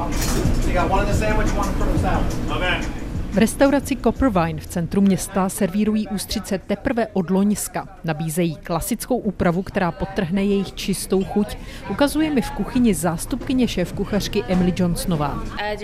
V restauraci Coppervine v centru města servírují ústřice teprve od loňska. Nabízejí klasickou úpravu, která podtrhne jejich čistou chuť. Ukazuje mi v kuchyni zástupkyně šéfkuchařky Emily Johnsonová.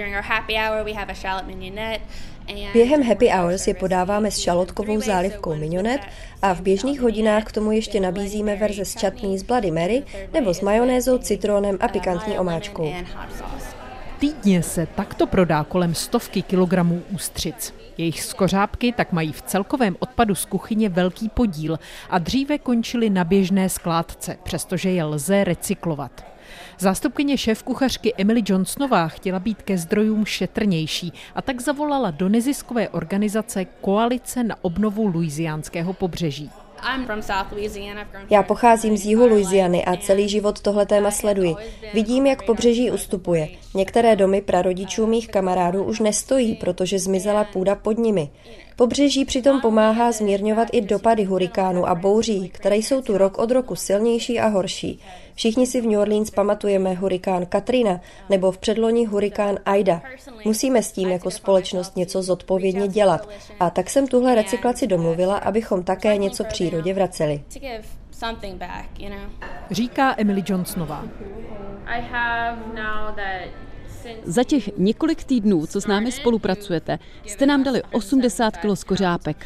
Během happy hours je podáváme s šalotkovou zálivkou mignonet a v běžných hodinách k tomu ještě nabízíme verze s čatní z Bloody Mary nebo s majonézou, citronem a pikantní omáčkou. Týdně se takto prodá kolem 100 kilogramů ústřic. Jejich skořápky tak mají v celkovém odpadu z kuchyně velký podíl a dříve končily na běžné skládce, přestože je lze recyklovat. Zástupkyně šéfkuchařky Emily Johnsonová chtěla být ke zdrojům šetrnější a tak zavolala do neziskové organizace Koalice na obnovu Louisiánského pobřeží. Já pocházím z jihu Louisiany a celý život tohle téma sleduji. Vidím, jak pobřeží ustupuje. Některé domy prarodičů mých kamarádů už nestojí, protože zmizela půda pod nimi. Pobřeží přitom pomáhá zmírňovat i dopady hurikánu a bouří, které jsou tu rok od roku silnější a horší. Všichni si v New Orleans pamatujeme hurikán Katrina nebo v předloni hurikán Ida. Musíme s tím jako společnost něco zodpovědně dělat. A tak jsem tuhle recyklaci domluvila, abychom také něco přírodě vraceli. Říká Emily Johnsonová. Za těch několik týdnů, co s námi spolupracujete, jste nám dali 80 kg skořápek.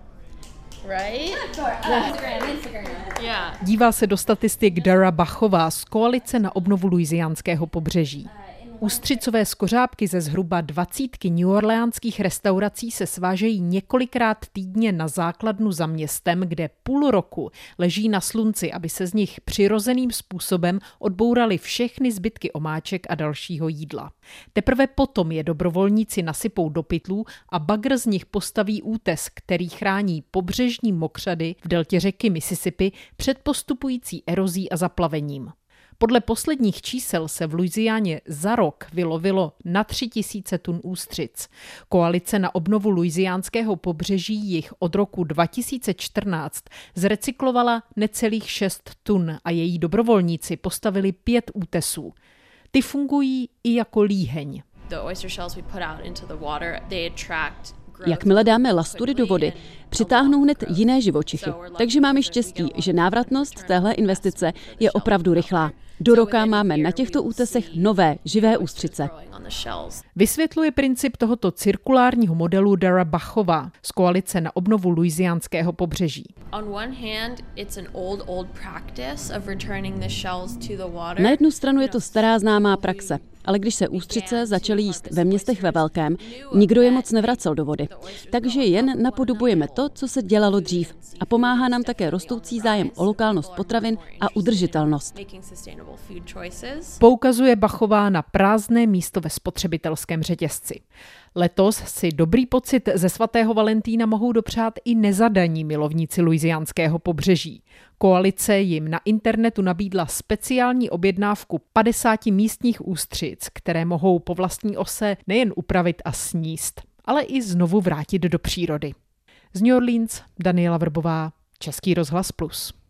Dívá se do statistik Dara Bachová z Koalice na obnovu Louisiánského pobřeží. Ústřicové skořápky ze zhruba 20 New Orleánských restaurací se svážejí několikrát týdně na základnu za městem, kde půl roku leží na slunci, aby se z nich přirozeným způsobem odbouraly všechny zbytky omáček a dalšího jídla. Teprve potom je dobrovolníci nasypou do pytlů a bagr z nich postaví útes, který chrání pobřežní mokřady v deltě řeky Mississippi před postupující erozí a zaplavením. Podle posledních čísel se v Louisianě za rok vylovilo na 3000 tun ústřic. Koalice na obnovu louisiánského pobřeží jich od roku 2014 zrecyklovala necelých 6 tun a její dobrovolníci postavili 5 útesů. Ty fungují i jako líheň. Jakmile dáme lastury do vody, přitáhnou hned jiné živočichy. Takže máme štěstí, že návratnost téhle investice je opravdu rychlá. Do roka máme na těchto útesech nové, živé ústřice. Vysvětluje princip tohoto cirkulárního modelu Dara Bachová z Koalice na obnovu Louisiánského pobřeží. Na jednu stranu je to stará známá praxe, ale když se ústřice začaly jíst ve městech ve velkém, nikdo je moc nevracel do vody. Takže jen napodobujeme to, co se dělalo dřív. A pomáhá nám také rostoucí zájem o lokálnost potravin a udržitelnost. Poukazuje Bachová na prázdné místo ve spotřebitelském řetězci. Letos si dobrý pocit ze svatého Valentína mohou dopřát i nezadaní milovníci louisiánského pobřeží. Koalice jim na internetu nabídla speciální objednávku 50 místních ústřic, které mohou po vlastní ose nejen upravit a sníst, ale i znovu vrátit do přírody. Z New Orleans Daniela Vrbová, Český rozhlas Plus.